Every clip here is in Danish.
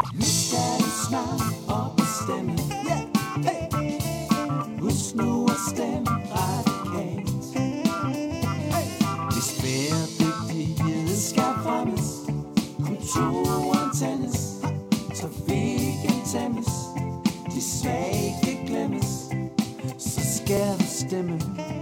Nu skal du snart op og stemme. Husk nu at stemme radikalt. Hvis bæredygtighed skal fremmes, kulturen tændes, trafikken tæmmes, de svage kan glemmes, så skal du stemme.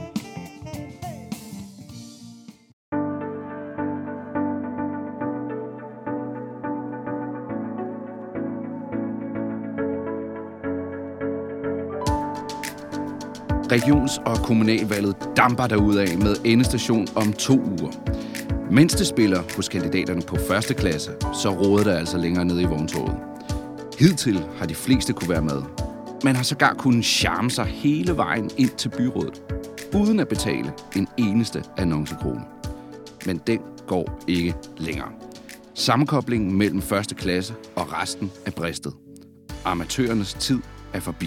Regions- og kommunalvalget damper derudad med endestation om 2 uger. Mens det spiller hos kandidaterne på første klasse, så råder det altså længere nede i vogntoget. Hidtil har de fleste kunne være med. Man har sågar kunnet charme sig hele vejen ind til byrådet, uden at betale en eneste annoncekrone. Men den går ikke længere. Sammenkoblingen mellem første klasse og resten er bristet. Amatørernes tid er forbi.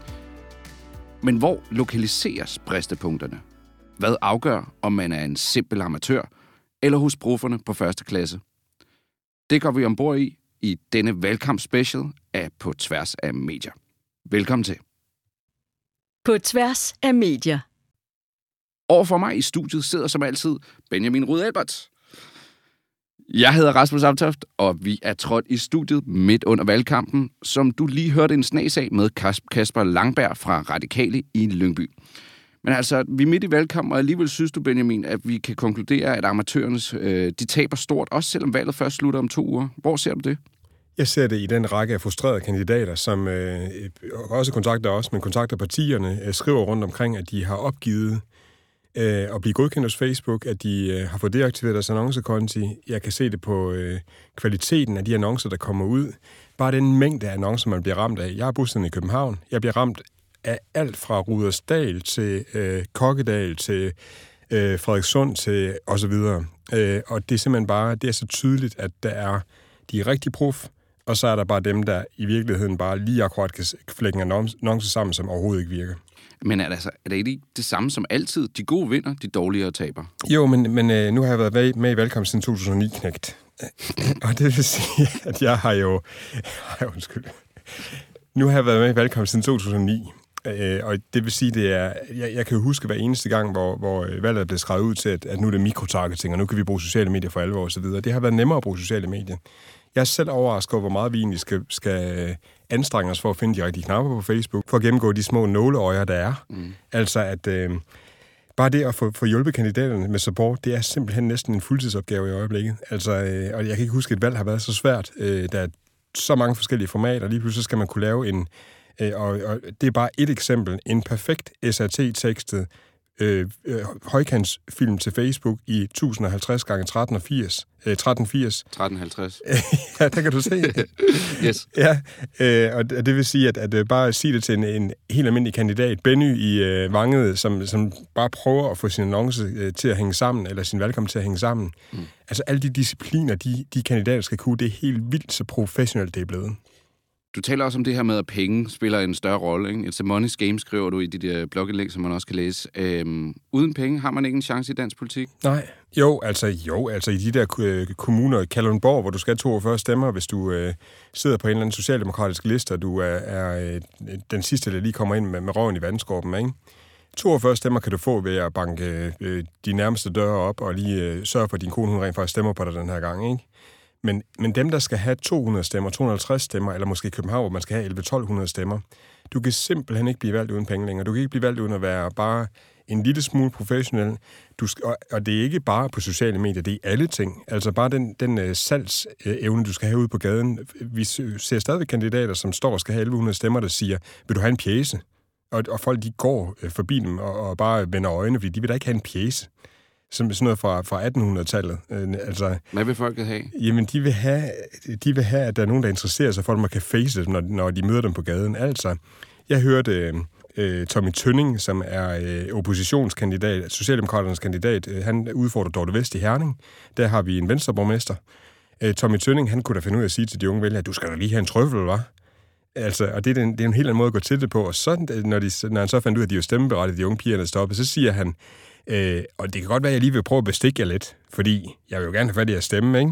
Men hvor lokaliseres bristepunkterne? Hvad afgør, om man er en simpel amatør, eller hos brufferne på første klasse? Det går vi ombord i denne valgkamp-special af På Tværs af Medier. Velkommen til. På Tværs af Medier. Overfor mig i studiet sidder som altid Benjamin Rud-Albert. Jeg hedder Rasmus Amtoft, og vi er trådt i studiet midt under valgkampen, som du lige hørte en snas af med Kasper Langberg fra Radikale i Lyngby. Men altså, vi er midt i valgkampen, og alligevel synes du, Benjamin, at vi kan konkludere, at amatørernes de taber stort, også selvom valget først slutter om 2 uger. Hvor ser du det? Jeg ser det i den række af frustrerede kandidater, som også kontakter os, men kontakter partierne, skriver rundt omkring, at de har opgivet at blive godkendt hos Facebook, at de har fået deaktiveret deres annoncekonti. Jeg kan se det på kvaliteten af de annoncer, der kommer ud. Bare den mængde af annoncer, man bliver ramt af. Jeg er bosiddende i København. Jeg bliver ramt af alt fra Rudersdal til Kokkedal til Frederikssund til osv. Og det er simpelthen bare, det er så tydeligt, at der er de rigtig prof, og så er der bare dem, der i virkeligheden bare lige akkurat kan flække en annonce sammen, som overhovedet ikke virker. Men er det ikke det samme som altid? De gode vinder, de dårligere taber. Jo, men nu har jeg været med i valgkamp siden 2009, knægt. Og det vil sige, at jeg har jo... undskyld. Nu har jeg været med i valgkamp siden 2009. Og det vil sige, det er... Jeg kan jo huske hver eneste gang, hvor valget er blevet skrevet ud til, at nu er det mikrotargeting, og nu kan vi bruge sociale medier for alvor og så videre. Det har været nemmere at bruge sociale medier. Jeg er selv overrasket over, hvor meget vi egentlig skal anstrenge os for at finde de rigtige knapper på Facebook, for at gennemgå de små nåleøjer, der er. Altså, at bare det at få hjulpet kandidaterne med support, det er simpelthen næsten en fuldtidsopgave i øjeblikket. Altså, og jeg kan ikke huske, at et valg har været så svært. Der er så mange forskellige formater, og lige pludselig skal man kunne lave en... Og det er bare et eksempel. En perfekt SRT-tekstet højkantsfilm til Facebook i 1050 x 1380. 1380. 1350. Ja, der kan du se. Yes. Ja, og det vil sige, at bare sige det til en helt almindelig kandidat, Benny i Vangede, som bare prøver at få sin annonce til at hænge sammen, eller sin valgkamp til at hænge sammen. Altså alle de discipliner, de kandidater skal kunne, det er helt vildt så professionelt, det er blevet. Du taler også om det her med, at penge spiller en større rolle. Ikke? It's a money's game, skriver du i de der blogindlæg, som man også kan læse. Uden penge har man ikke en chance i dansk politik? Nej. Jo, altså i de der kommuner, Kalundborg, hvor du skal have 42 stemmer, hvis du sidder på en eller anden socialdemokratisk liste, og du er den sidste, der lige kommer ind med røven i vandskorpen, ikke? 42 stemmer kan du få ved at banke de nærmeste døre op, og lige sørge for, at din kone hun rent faktisk stemmer på dig den her gang, ikke? Men dem, der skal have 200 stemmer, 250 stemmer, eller måske i København, hvor man skal have 1100-1200 stemmer, du kan simpelthen ikke blive valgt uden penge længere. Du kan ikke blive valgt uden at være bare en lille smule professionel. Og det er ikke bare på sociale medier, det er alle ting. Altså bare den salgsevne, du skal have ude på gaden. Vi ser stadig kandidater, som står og skal have 1100 stemmer, der siger, vil du have en pjece? Og folk, de går forbi dem og bare vender øjnene, fordi de vil da ikke have en pjece. Som sådan noget fra 1800-tallet. Altså, hvad vil folket have? Jamen, de vil have, at der er nogen, der interesserer sig for dem og kan face det, når de møder dem på gaden. Altså, jeg hørte Tommy Tønning, som er oppositionskandidat, Socialdemokraternes kandidat. Han udfordrer Dorte Vest i Herning. Der har vi en venstreborgmester. Tommy Tønning, han kunne da finde ud af at sige til de unge vælgere, at du skal da lige have en trøffel, eller hvad? Altså, og det er en helt anden måde at gå til det på. Og så, når han så fandt ud af, at de var stemmeberettigede, de unge piger, der stoppede, så siger han, og det kan godt være, at jeg lige vil prøve at bestikke jer lidt, fordi jeg vil jo gerne have fat i at stemme, ikke?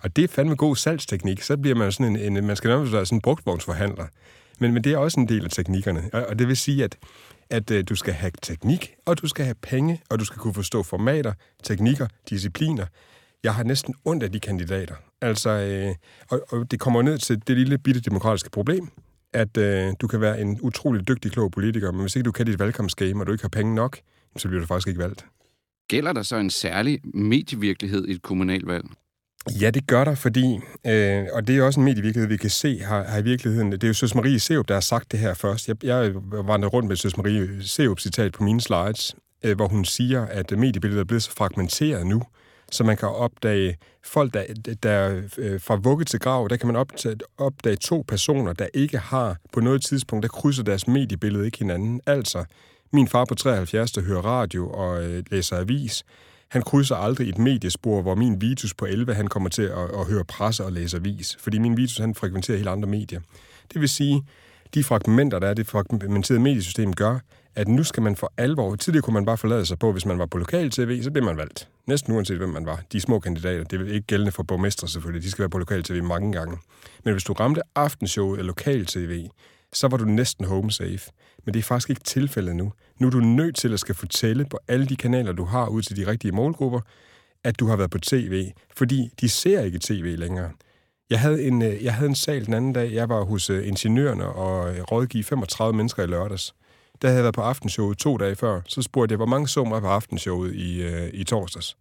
Og det er fandme god salgsteknik. Så bliver man sådan man skal nærmest være sådan en brugtvognsforhandler. Men det er også en del af teknikkerne. Og det vil sige, at du skal have teknik, og du skal have penge, og du skal kunne forstå formater, teknikker, discipliner. Jeg har næsten ondt af de kandidater. Altså, og det kommer ned til det lille bitte demokratiske problem, at du kan være en utrolig dygtig, klog politiker, men hvis ikke du kan dit valgkampsgame, og du ikke har penge nok, så bliver du faktisk ikke valgt. Gælder der så en særlig medievirkelighed i et kommunalvalg? Ja, det gør der, fordi, og det er også en medievirkelighed, vi kan se har i virkeligheden. Det er jo Søs Marie Serup, der har sagt det her først. Jeg vandrede rundt med Søs Marie Serup citat på mine slides, hvor hun siger, at mediebilledet er blevet så fragmenteret nu, så man kan opdage folk, der fra vugge til grav, der kan man opdage 2 personer, der ikke har på noget tidspunkt, der krydser deres mediebillede ikke hinanden. Altså, min far på 73, der hører radio og læser avis, han krydser aldrig et mediespor, hvor min Vitus på 11, han kommer til at høre presse og læse avis. Fordi min Vitus, han frekventerer helt andre medier. Det vil sige, de fragmenter, der er det fragmenterede mediesystem, gør, at nu skal man for alvor. Tidligere kunne man bare forlade sig på, hvis man var på lokal-tv, så blev man valgt. Næsten uanset, hvem man var. De små kandidater, det er ikke gældende for borgmestre selvfølgelig, de skal være på lokal-tv mange gange. Men hvis du ramte aftenshowet eller lokal-tv, så var du næsten home safe. Men det er faktisk ikke tilfældet nu. Nu er du nødt til at skal fortælle på alle de kanaler, du har ud til de rigtige målgrupper, at du har været på tv, fordi de ser ikke tv længere. Jeg havde en sal den anden dag, jeg var hos ingeniørerne og rådgive 35 mennesker i lørdags. Der havde jeg været på aftenshowet 2 dage før, så spurgte jeg, hvor mange så mig på aftenshowet i torsdags.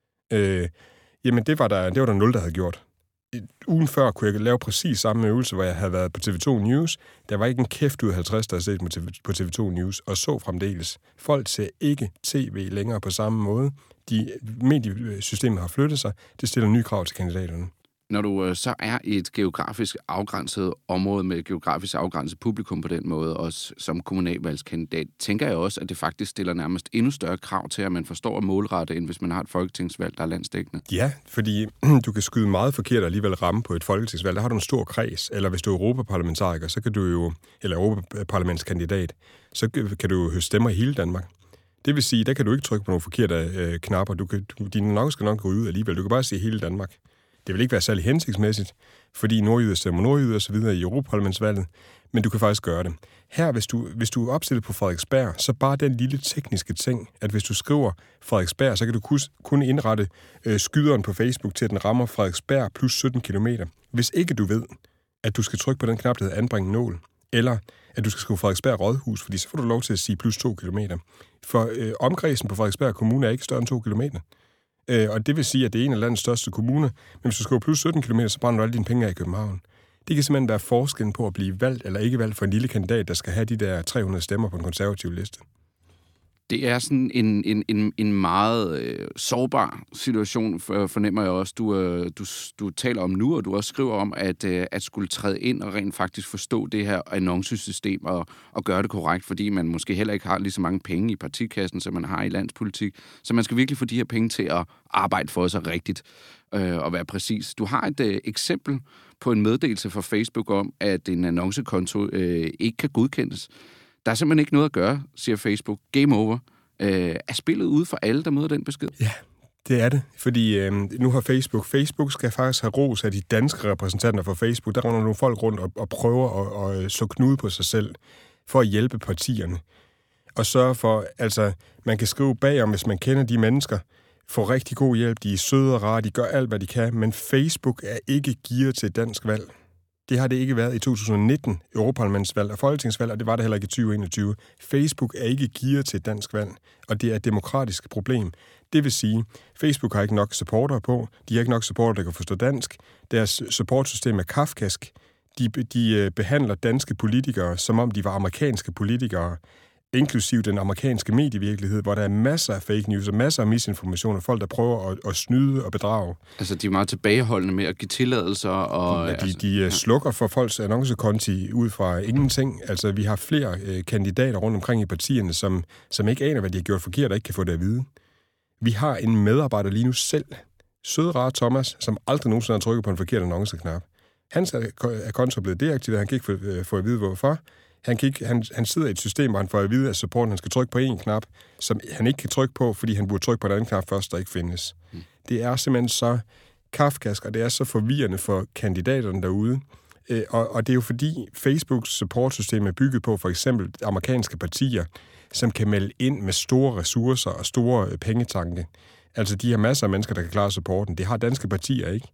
Jamen, det var der 0, der havde gjort. Ugen før kunne jeg lave præcis samme øvelse, hvor jeg havde været på TV2 News. Der var ikke en kæft ud af 50, der havde set mig på TV2 News, og så fremdeles. Folk ser ikke tv længere på samme måde. Mediesystemet har flyttet sig. Det stiller nye krav til kandidaterne. Når du så er i et geografisk afgrænset område med geografisk afgrænset publikum på den måde, også som kommunalvalgskandidat, tænker jeg også, at det faktisk stiller nærmest endnu større krav til, at man forstår at målrette, end hvis man har et folketingsvalg, der er landsdækkende. Ja, fordi du kan skyde meget forkert og alligevel ramme på et folketingsvalg. Der har du en stor kreds, eller hvis du er europaparlamentariker, så kan du jo, eller europaparlamentskandidat, så kan du jo høste stemmer i hele Danmark. Det vil sige, der kan du ikke trykke på nogle forkerte knapper. Dine nok skal nok gå ud alligevel. Du kan bare sige hele Danmark. Det vil ikke være særlig hensigtsmæssigt, fordi nordjyder stemmer nordjyder og så videre i Europaparlamentsvalget, men du kan faktisk gøre det. Her, hvis du er opstillet på Frederiksberg, så bare den lille tekniske ting, at hvis du skriver Frederiksberg, så kan du kun indrette skyderen på Facebook til, at den rammer Frederiksberg plus 17 km. Hvis ikke du ved, at du skal trykke på den knap, der hedder anbringe nål, eller at du skal skrive Frederiksberg Rådhus, fordi så får du lov til at sige plus 2 km. For omkredsen på Frederiksberg Kommune er ikke større end 2 km. Og det vil sige, at det er en af landets største kommuner, men hvis du skriver plus 17 km, så brænder du alle dine penge af i København. Det kan simpelthen være forskellen på at blive valgt eller ikke valgt for en lille kandidat, der skal have de der 300 stemmer på en konservativ liste. Det er sådan en meget sårbar situation, fornemmer jeg også. Du taler om nu, og du også skriver om, at skulle træde ind og rent faktisk forstå det her annoncesystem og gøre det korrekt, fordi man måske heller ikke har lige så mange penge i partikassen, som man har i landspolitik. Så man skal virkelig få de her penge til at arbejde for sig rigtigt og være præcis. Du har et eksempel på en meddelelse fra Facebook om, at en annoncekonto ikke kan godkendes. Der er simpelthen ikke noget at gøre, siger Facebook. Game over. Er spillet ude for alle, der møder den besked? Ja, det er det. Fordi nu har Facebook skal faktisk have ros af de danske repræsentanter for Facebook. Der runder nogle folk rundt og prøver at slå knude på sig selv for at hjælpe partierne. Og sørge for, altså, man kan skrive bagom, hvis man kender de mennesker, får rigtig god hjælp, de er søde og rare, de gør alt, hvad de kan, men Facebook er ikke gearet til et dansk valg. Det har det ikke været i 2019, Europaparlamentsvalg og folketingsvalg, og det var det heller ikke i 2021. Facebook er ikke gearet til et dansk valg, og det er et demokratisk problem. Det vil sige, Facebook har ikke nok supportere på, de har ikke nok supportere, der kan forstå dansk. Deres supportsystem er kafkask. De behandler danske politikere, som om de var amerikanske politikere, inklusiv den amerikanske medievirkelighed, hvor der er masser af fake news og masser af misinformation og folk, der prøver at snyde og bedrage. Altså, de er meget tilbageholdende med at give tilladelser og... Ja, de slukker for folks annoncekonti ud fra ingenting. Altså, vi har flere kandidater rundt omkring i partierne, som ikke aner, hvad de har gjort forkert og ikke kan få det at vide. Vi har en medarbejder lige nu selv, søde rare Thomas, som aldrig nogensinde har trykket på en forkert annonceknap. Hans konto er blevet deaktiveret, han kan ikke få at vide, hvorfor. Han sidder i et system, hvor han får at vide, at supporten han skal trykke på en knap, som han ikke kan trykke på, fordi han burde trykke på en anden knap først, der ikke findes. Det er simpelthen så kafkask, og det er så forvirrende for kandidaterne derude. Og det er jo fordi Facebooks supportsystem er bygget på for eksempel amerikanske partier, som kan melde ind med store ressourcer og store pengetanke. Altså, de har masser af mennesker, der kan klare supporten. Det har danske partier ikke.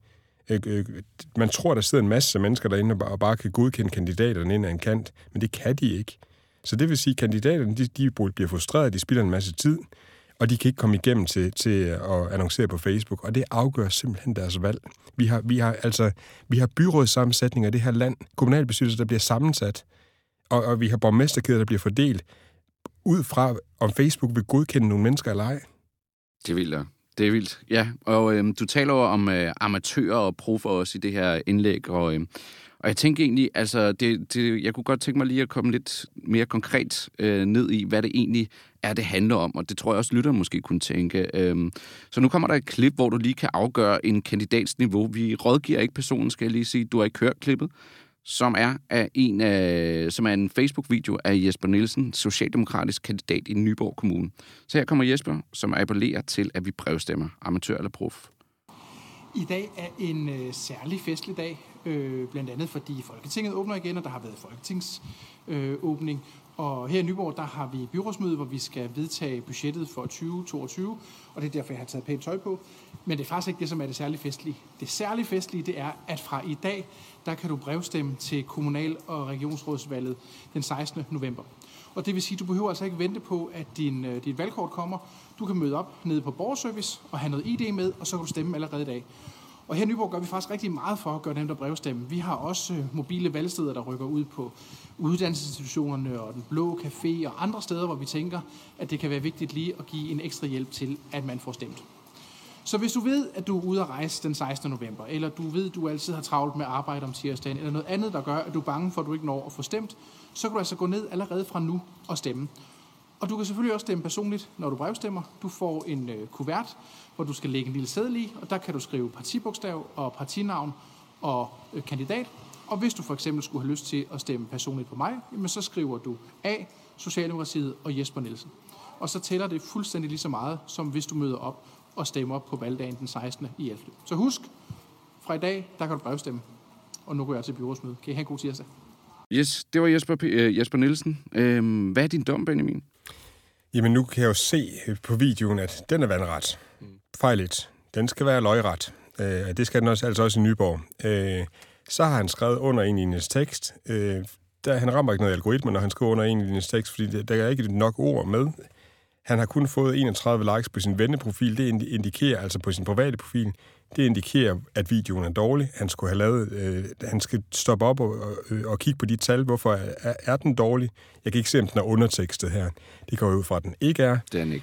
Man tror, der sidder en masse mennesker derinde og bare kan godkende kandidaterne ind ad en kant, men det kan de ikke. Så det vil sige, at kandidaterne de bliver frustrerede, de spilder en masse tid, og de kan ikke komme igennem til at annoncere på Facebook, og det afgør simpelthen deres valg. Vi har byrådssammensætninger i det her land, kommunalbestyrelser, der bliver sammensat, og vi har borgmesterkæder, der bliver fordelt ud fra, om Facebook vil godkende nogle mennesker eller ej. Det er vildt, det er vildt. Ja, og du taler jo om amatører og profer også i det her indlæg, og jeg tænker egentlig, altså, jeg kunne godt tænke mig lige at komme lidt mere konkret ned i, hvad det egentlig er, det handler om, og det tror jeg også, lytter måske kunne tænke. Så nu kommer der et klip, hvor du lige kan afgøre en kandidats niveau. Vi rådgiver ikke personen, skal jeg lige sige. Du har ikke hørt klippet, som er en Facebook-video af Jesper Nielsen, socialdemokratisk kandidat i Nyborg Kommune. Så her kommer Jesper, som appellerer til, at vi brevstemmer, amatør eller prof. I dag er en særlig festlig dag, blandt andet fordi Folketinget åbner igen, og der har været folketingsåbning. Og her i Nyborg, der har vi byrådsmøde, hvor vi skal vedtage budgettet for 2022, og det er derfor, jeg har taget pænt tøj på. Men det er faktisk ikke det, som er det særlig festlige. Det særlig festlige, det er, at fra i dag, der kan du brevstemme til kommunal- og regionsrådsvalget den 16. november. Og det vil sige, at du behøver altså ikke vente på, at dit valgkort kommer. Du kan møde op nede på borgerservice og have noget ID med, og så kan du stemme allerede i dag. Og her i Nyborg gør vi faktisk rigtig meget for at gøre dem, der brevstemme. Vi har også mobile valgsteder, der rykker ud på uddannelsesinstitutionerne og Den Blå Café og andre steder, hvor vi tænker, at det kan være vigtigt lige at give en ekstra hjælp til, at man får stemt. Så hvis du ved, at du er ude at rejse den 16. november, eller du ved, at du altid har travlt med arbejde om tirsdagen, eller noget andet, der gør, at du er bange for, at du ikke når at få stemt, så kan du altså gå ned allerede fra nu og stemme. Og du kan selvfølgelig også stemme personligt, når du brevstemmer. Du får en kuvert, hvor du skal lægge en lille seddel i, og der kan du skrive partibogstav og partinavn og kandidat. Og hvis du for eksempel skulle have lyst til at stemme personligt på mig, jamen så skriver du A, Socialdemokratiet og Jesper Nielsen. Og så tæller det fuldstændig lige så meget, som hvis du møder op og stemmer på valgdagen den 16. i 11. Så husk, fra i dag, der kan du brevstemme. Og nu går jeg til byrådsmøde. Kan I have en god tirsdag? Yes, det var Jesper Nielsen. Hvad er din dom, Benjamin? Jamen, nu kan jeg jo se på videoen, at den er vandret. Fejligt. Den skal være løjret. Det skal den også i Nyborg. Så har han skrevet under en linjes tekst. Han rammer ikke noget algoritme, når han skriver under en linjes tekst, fordi der er ikke nok ord med. Han har kun fået 31 likes på sin venneprofil. Det indikerer, altså på sin private profil, det indikerer, at videoen er dårlig. Han skulle have lavet, han skal stoppe op og kigge på de tal. Hvorfor er den dårlig? Jeg kan ikke se, om den er undertekstet her. Det går ud fra, at den ikke er. Det er den ikke.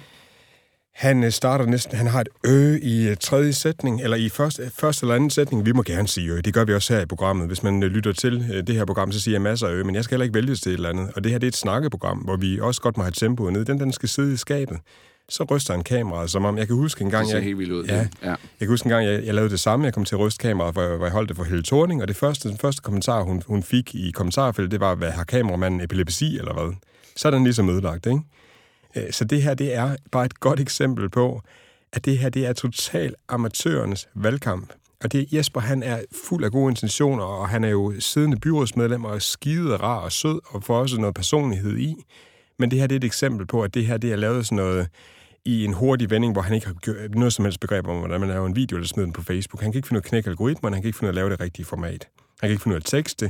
Han starter næsten, han har et i tredje sætning, eller i første eller anden sætning. Vi må gerne sige det gør vi også her i programmet. Hvis man lytter til det her program, så siger jeg masser af men jeg skal heller ikke vælge til et eller andet. Og det her, det er et snakkeprogram, hvor vi også godt må have tempoet ned. Den skal sidde i skabet. Så ryster han kameraet, som om, jeg kan huske en gang... Det ser helt vildt ud. Ja. Jeg kan huske en gang, jeg lavede det samme. Jeg kom til at ryste kameraet, hvor jeg holdt det for Helle Thorning, og den første kommentar, hun fik i kommentarfeltet, det var, hvad har kameramanden epilepsi, eller hvad? Så er den ligesom ødelagt, ikke? Så det her, det er bare et godt eksempel på, at det her, det er totalt amatørernes valgkamp. Og det Jesper, han er fuld af gode intentioner, og han er jo siddende byrådsmedlem, og er skide rar og sød, og får også noget personlighed i. Men det her, det er et eksempel på, at det her, det er lavet sådan noget i en hurtig vending, hvor han ikke har noget som helst begreb om, hvordan man laver en video, eller smider den på Facebook. Han kan ikke finde ud af at knække algoritmerne, han kan ikke finde ud af at lave det rigtige format. Han kan ikke finde ud af at tekste.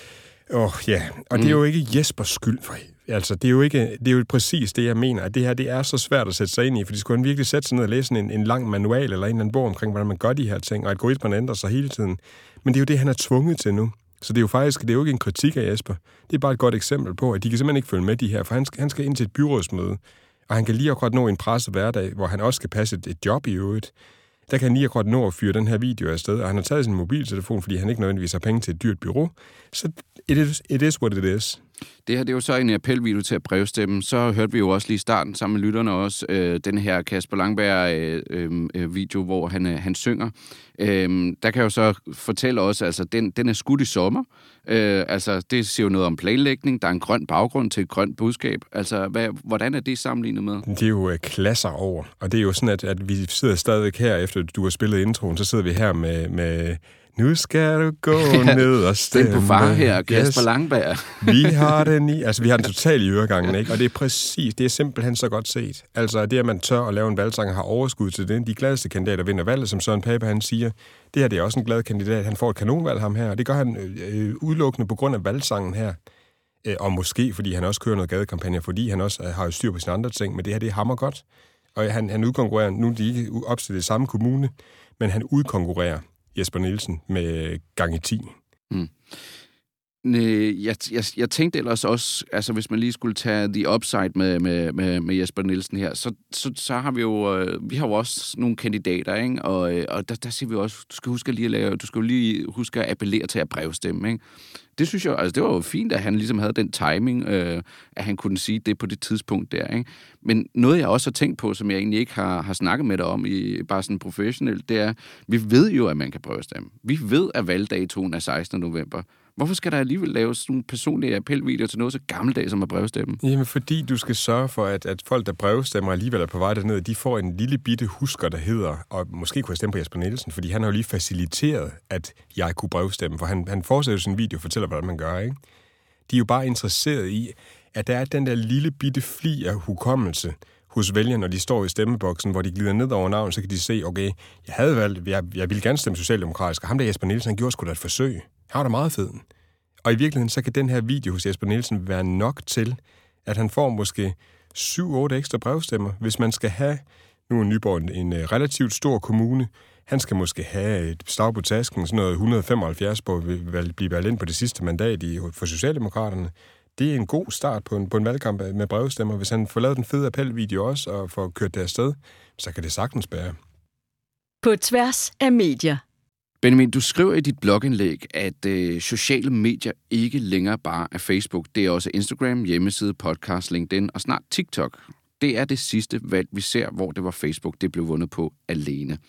Og det er jo ikke Jespers skyld. Altså, det er jo præcis det, jeg mener, at det her, det er så svært at sætte sig ind i, for de skulle han virkelig sætte sig ned og læse en lang manual eller en eller anden bog omkring, hvordan man gør de her ting, og algoritmerne ændrer sig hele tiden. Men det er jo det, han er tvunget til nu. Så det er jo ikke en kritik af Jesper. Det er bare et godt eksempel på, at de kan simpelthen ikke følge med de her, for han skal ind til et byrådsmøde, og han kan lige akkurat nå en presset hverdag, hvor han også skal passe et job i øvrigt. Der kan han lige akkurat nå at fyre den her video afsted, og han har taget sin mobiltelefon, fordi han ikke nødvendigvis har penge til et dyrt bureau. Så it is what it is. Det her, det er jo så en appelvideo til at brevstemme. Så hørte vi jo også lige i starten sammen med lytterne også den her Kasper Langberg-video, hvor han synger. Der kan jeg jo så fortælle også, altså den er skudt i sommer. Altså det siger jo noget om planlægning. Der er en grøn baggrund til et grønt budskab. Altså hvordan er det sammenlignet med? Det er jo klasser over. Og det er jo sådan, at vi sidder stadigvæk her, efter du har spillet introen, så sidder vi her med nu skal du gå ned og stemme. Den på far her, Kasper Langberg. Vi har den totalt i øregangen, ikke? Og det er præcis, det er simpelthen så godt set. Altså det, at man tør at lave en valgsang, har overskud til det. De gladeste kandidater vinder valget, som Søren Pape han siger. Det her, det er også en glad kandidat. Han får et kanonvalg, ham her. Og det gør han udelukkende på grund af valgsangen her. Og måske, fordi han også kører noget gadekampagne, fordi han også har styr på sine andre ting. Men det her, det hammer godt. Og han udkonkurrerer, nu er de ikke opstillet i samme kommune, men han udkonkurrerer Jesper Nielsen med gang i 10. Jeg tænkte ellers også, altså hvis man lige skulle tage the upside med Jesper Nielsen her, så har vi jo, vi har jo også nogle kandidater, ikke? Og der siger vi også, du skal lige huske at appellere til at brevstemme, ikke? Det synes jeg, altså det var jo fint, at han ligesom havde den timing, at han kunne sige det på det tidspunkt der, ikke? Men noget, jeg også har tænkt på, som jeg egentlig ikke har snakket med dig om, bare sådan professionelt, det er, vi ved jo, at man kan brevstemme. Vi ved, at valgdatoen er 16. november. Hvorfor skal der alligevel laves nogle personlige appelvideoer til noget så gammeldags som at brevstemme? Jamen, fordi du skal sørge for, at folk, der brevstemmer alligevel er på vej derned, de får en lille bitte husker, der hedder, og måske kunne jeg stemme på Jesper Nielsen, fordi han har jo lige faciliteret, at jeg kunne brevstemme, for han fortsætter sin video og fortæller, hvordan man gør, ikke? De er jo bare interesseret i, at der er den der lille bitte fli af hukommelse hos vælgerne, når de står i stemmeboksen, hvor de glider ned over navnet, så kan de se, okay, jeg havde valgt, jeg ville gerne stemme socialdemokratisk, og ham der Jesper Nielsen, han gjorde sgu da et forsøg. Han var da meget fed. Og i virkeligheden, så kan den her video hos Jesper Nielsen være nok til, at han får måske 7-8 ekstra brevstemmer, hvis man skal have, nu er Nyborg en relativt stor kommune, han skal måske have et slag på tasken, sådan noget 175 på at blive valgt ind på det sidste mandat for Socialdemokraterne. Det er en god start på en valgkamp med brevstemmer. Hvis han får lavet den fede appelvideo også, og får kørt det afsted, så kan det sagtens bære. På tværs af medier. Benjamin, du skriver i dit blogindlæg, at sociale medier ikke længere bare er Facebook. Det er også Instagram, hjemmeside, podcast, LinkedIn og snart TikTok. Det er det sidste valg, vi ser, hvor det var Facebook, det blev vundet på alene.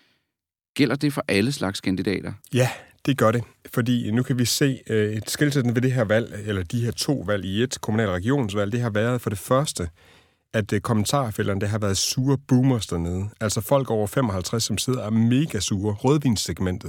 Gælder det for alle slags kandidater? Ja, det gør det. Fordi nu kan vi se et skelsættende ved det her valg, eller de her 2 valg i et kommunal regionsvalg, det har været for det første, at kommentarfelterne, det har været sure boomers dernede. Altså folk over 55, som sidder og er mega sure. Rødvinssegmentet.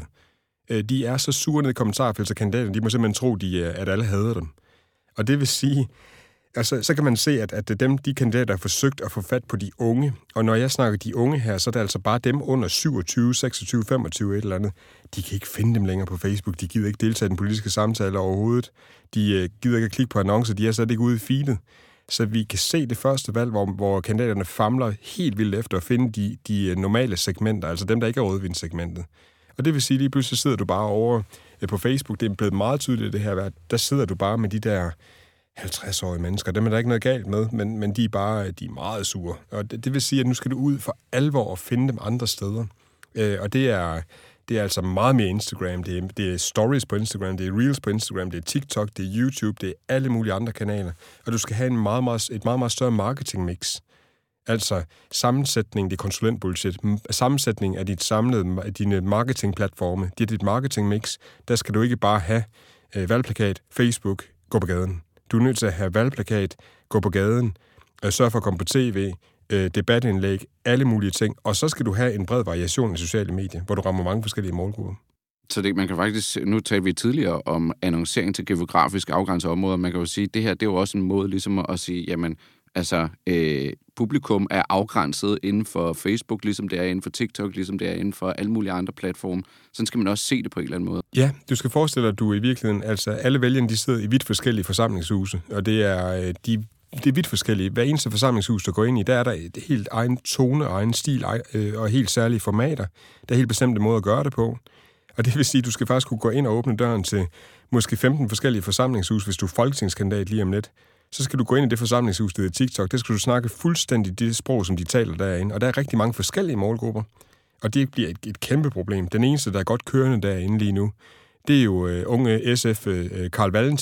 De er så sure nede i kommentarfeltet, så kandidaterne, de må simpelthen tro, at alle hader dem. Og det vil sige, altså så kan man se, at de kandidater har forsøgt at få fat på de unge. Og når jeg snakker de unge her, så er det altså bare dem under 27, 26, 25 et eller andet. De kan ikke finde dem længere på Facebook. De gider ikke deltage i den politiske samtale overhovedet. De gider ikke at klikke på annoncer. De er slet ikke ude i feedet. Så vi kan se det første valg, hvor kandidaterne famler helt vildt efter at finde de normale segmenter, altså dem, der ikke er rødvindsegmentet. Og det vil sige, lige pludselig sidder du bare over på Facebook, det er blevet meget tydeligt det her, der sidder du bare med de der 50-årige mennesker. Dem er der ikke noget galt med, men de er meget sure. Og det vil sige, at nu skal du ud for alvor og finde dem andre steder. Og det er altså meget mere Instagram. Det er stories på Instagram, det er reels på Instagram, det er TikTok, det er YouTube, det er alle mulige andre kanaler. Og du skal have et meget, meget større marketingmix. Altså sammensætning, det er konsulentbullshit. Sammensætning af dine marketingplatforme, det er dit marketingmix. Der skal du ikke bare have valgplakat, Facebook, gå på gaden. Du er nødt til at have valgplakat, gå på gaden, sørge for at komme på tv, debatindlæg, alle mulige ting. Og så skal du have en bred variation i sociale medier, hvor du rammer mange forskellige målgrupper. Så man kan faktisk, nu talte vi tidligere om annoncering til geografisk afgrænsede områder. Man kan jo sige, at det her, det er jo også en måde ligesom at sige, jamen, altså, publikum er afgrænset inden for Facebook, ligesom det er inden for TikTok, ligesom det er inden for alle mulige andre platforme. Sådan skal man også se det på en eller anden måde. Ja, du skal forestille dig, at du i virkeligheden, altså alle vælgerne, de sidder i vidt forskellige forsamlingshuse, og det er vidt forskellige. Hver eneste forsamlingshus, der går ind i, der er der et helt egen tone, egen stil og helt særlige formater. Der er helt bestemte måder at gøre det på. Og det vil sige, at du skal faktisk kunne gå ind og åbne døren til måske 15 forskellige forsamlingshus, hvis du er folketingskandidat lige om lidt. Så skal du gå ind i det forsamlingshus, der hedder TikTok. Der skal du snakke fuldstændig det sprog, som de taler derinde. Og der er rigtig mange forskellige målgrupper. Og det bliver et kæmpe problem. Den eneste, der er godt kørende derinde lige nu, det er jo unge SF Carl Valentin,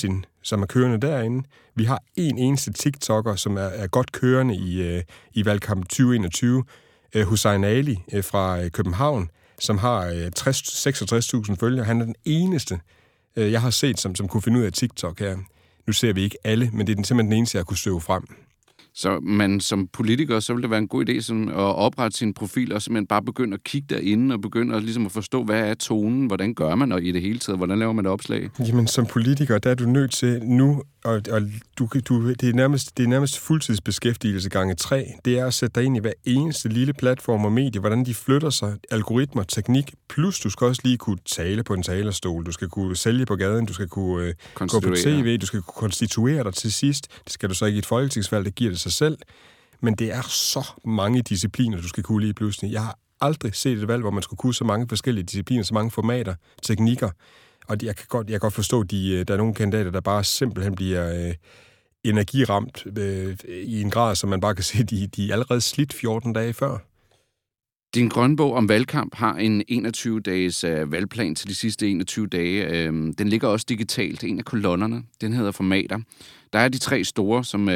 som er kørende derinde. Vi har en eneste TikToker, som er godt kørende i valgkamp 2021. Hussein Ali fra København, som har 66.000 følgere. Han er den eneste, jeg har set, som kunne finde ud af TikTok her. Nu ser vi ikke alle, men det er simpelthen den eneste, jeg kunne støve frem. Så man som politiker, så vil det være en god idé sådan, at oprette sin profil, og simpelthen bare begynde at kigge derinde, og begynde ligesom at forstå, hvad er tonen, hvordan gør man, og i det hele taget, hvordan laver man et opslag? Jamen, som politiker, der er du nødt til nu, og det er nærmest fuldtidsbeskæftigelse gange 3, det er at sætte dig ind i hver eneste lille platform og medie, hvordan de flytter sig, algoritmer, teknik, plus du skal også lige kunne tale på en talerstol, du skal kunne sælge på gaden, du skal kunne gå på tv, du skal kunne konstituere dig til sidst, det skal du så ikke i et folketingsvalg, det giver det sig selv, men det er så mange discipliner, du skal kunne lige pludselig. Jeg har aldrig set et valg, hvor man skulle kunne så mange forskellige discipliner, så mange formater, teknikker, og jeg kan godt forstå, at der er nogle kandidater, der bare simpelthen bliver energiramt i en grad, som man bare kan se, de er allerede slidt 14 dage før. Din grønne bog om valgkamp har en 21-dages valgplan til de sidste 21 dage. Den ligger også digitalt, en af kolonnerne. Den hedder Formater. Der er de 3 store, som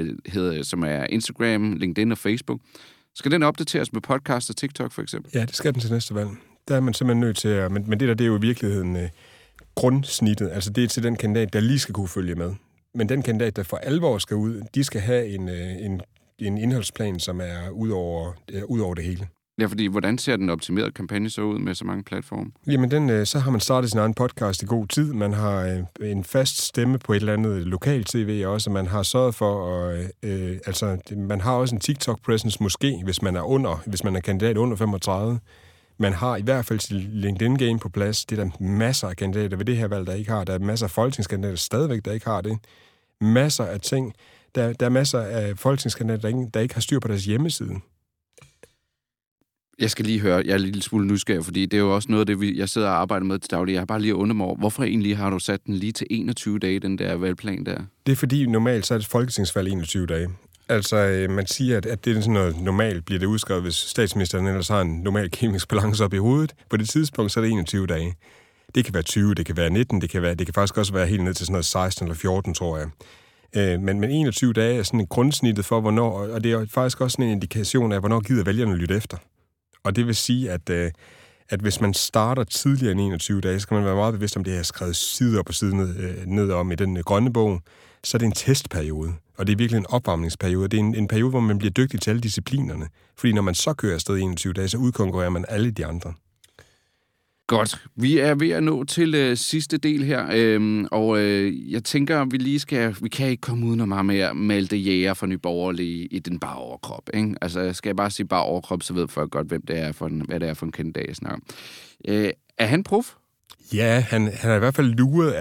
er Instagram, LinkedIn og Facebook. Skal den opdateres med podcast og TikTok for eksempel? Ja, det skal den til næste valg. Der er man simpelthen nødt til at... Men det er jo i virkeligheden grundsnittet. Altså det er til den kandidat, der lige skal kunne følge med. Men den kandidat, der for alvor skal ud, de skal have en indholdsplan, som er ud over det hele. Ja, fordi hvordan ser den optimerede kampagne så ud med så mange platforme? Jamen, så har man startet sin egen podcast i god tid. Man har en fast stemme på et eller andet lokal tv også. Man har sørget for at... man har også en TikTok-presence måske, hvis man er kandidat under 35. Man har i hvert fald sit LinkedIn-game på plads. Det er der masser af kandidater ved det her valg, der ikke har. Der er masser af folketingskandidater stadigvæk, der ikke har det. Masser af ting. Der er masser af folketingskandidater, der ikke har styr på deres hjemmeside. Jeg skal lige høre, jeg er en lille smule nysgerrig, fordi det er jo også noget af det, jeg sidder og arbejder med til daglig. Jeg har bare lige undret mig over, hvorfor egentlig har du sat den lige til 21 dage, den der valgplan der? Det er fordi normalt så er det folketingsvalg 21 dage. Altså, man siger, at det er sådan noget normalt, bliver det udskrevet, hvis statsministeren ellers har en normal kemisk balance op i hovedet. På det tidspunkt, så er det 21 dage. Det kan være 20, det kan være 19, det kan faktisk også være helt ned til sådan noget 16 eller 14, tror jeg. Men 21 dage er sådan en grundsnittet for, hvornår, og det er faktisk også sådan en indikation af, hvornår gider vælgerne lytte efter. Og det vil sige, at hvis man starter tidligere end 21 dage, så kan man være meget bevidst om det, jeg har skrevet side op og side ned om i den grønne bog. Så er det en testperiode, og det er virkelig en opvarmningsperiode. Det er en periode, hvor man bliver dygtig til alle disciplinerne. Fordi når man så kører afsted i 21 dage, så udkonkurrerer man alle de andre. Godt. Vi er ved at nå til sidste del her, og jeg tænker, vi kan ikke komme uden om mere Malte Jæger fra Nye Borgerlige i den bare overkrop. Ikke? Altså, skal jeg bare sige bare overkrop, så ved folk godt, hvad det er for en kandidat, jeg snakker. Er han prof? Ja, han har i hvert fald luret,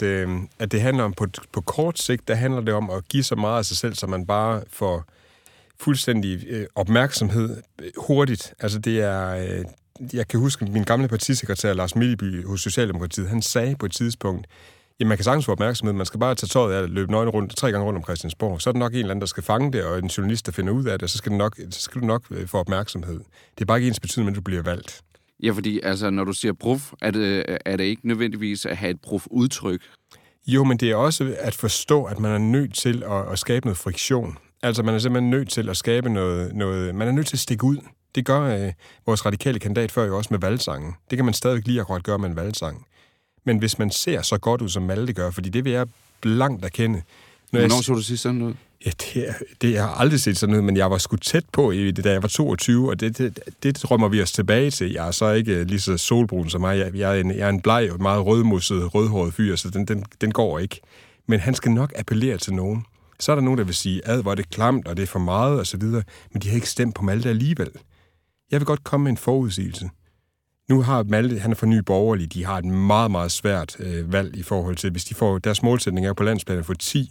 at det handler om, på kort sigt, der handler det om at give så meget af sig selv, så man bare får fuldstændig opmærksomhed hurtigt. Altså, det er... Jeg kan huske, min gamle partisekretær Lars Middelby hos Socialdemokratiet, han sagde på et tidspunkt, at man kan sagtens få opmærksomhed, man skal bare tage tøjet af og løbe nøgne rundt 3 gange rundt om Christiansborg. Så er der nok en eller anden, der skal fange det, og en journalist, der finder ud af det, og så skal du nok få opmærksomhed. Det er bare ikke ens betydning, at du bliver valgt. Ja, fordi altså, når du siger prof, er det ikke nødvendigvis at have et prof-udtryk? Jo, men det er også at forstå, at man er nødt til at skabe noget friktion. Altså, man er simpelthen nødt til at skabe noget man er nødt til at stikke ud. Det gør vores radikale kandidat før jo også med valgsangen. Det kan man stadig lige akkurat gøre med en valgsang. Men hvis man ser så godt ud, som Malte gør, fordi det vil jeg blankt erkende. Hvornår så du sidst sådan noget? Ja, det har jeg aldrig set sådan noget, men jeg var sgu tæt på i det, da jeg var 22, og det drømmer vi os tilbage til. Jeg er så ikke lige så solbrun som mig. Jeg er en bleg og meget rødmusset, rødhåret fyr, så den går ikke. Men han skal nok appellere til nogen. Så er der nogen, der vil sige, hvor er det klamt, og det er for meget, og så videre. Men de har ikke stemt på Malte alligevel. Jeg vil godt komme med en forudsigelse. Nu har Malte, han er fra Nye Borgerlige, de har et meget, meget svært valg i forhold til, hvis de får, deres målsætning er på landsplan at få 10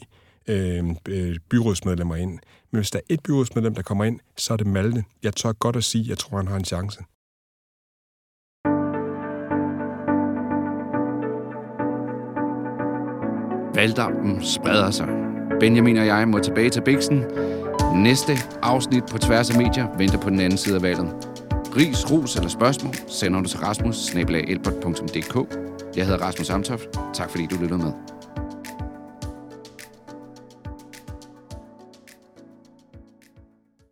byrådsmedlemmer ind. Men hvis der er et byrådsmedlem, der kommer ind, så er det Malte. Jeg tør godt at sige, at jeg tror, han har en chance. Valgdampen spreder sig. Benjamin og jeg må tilbage til Biksen. Næste afsnit på Tværs af Medier venter på den anden side af valget. Ris, ros eller spørgsmål sender du til rasmus@elbert.dk. Jeg hedder Rasmus Amtoft. Tak fordi du lyttede med.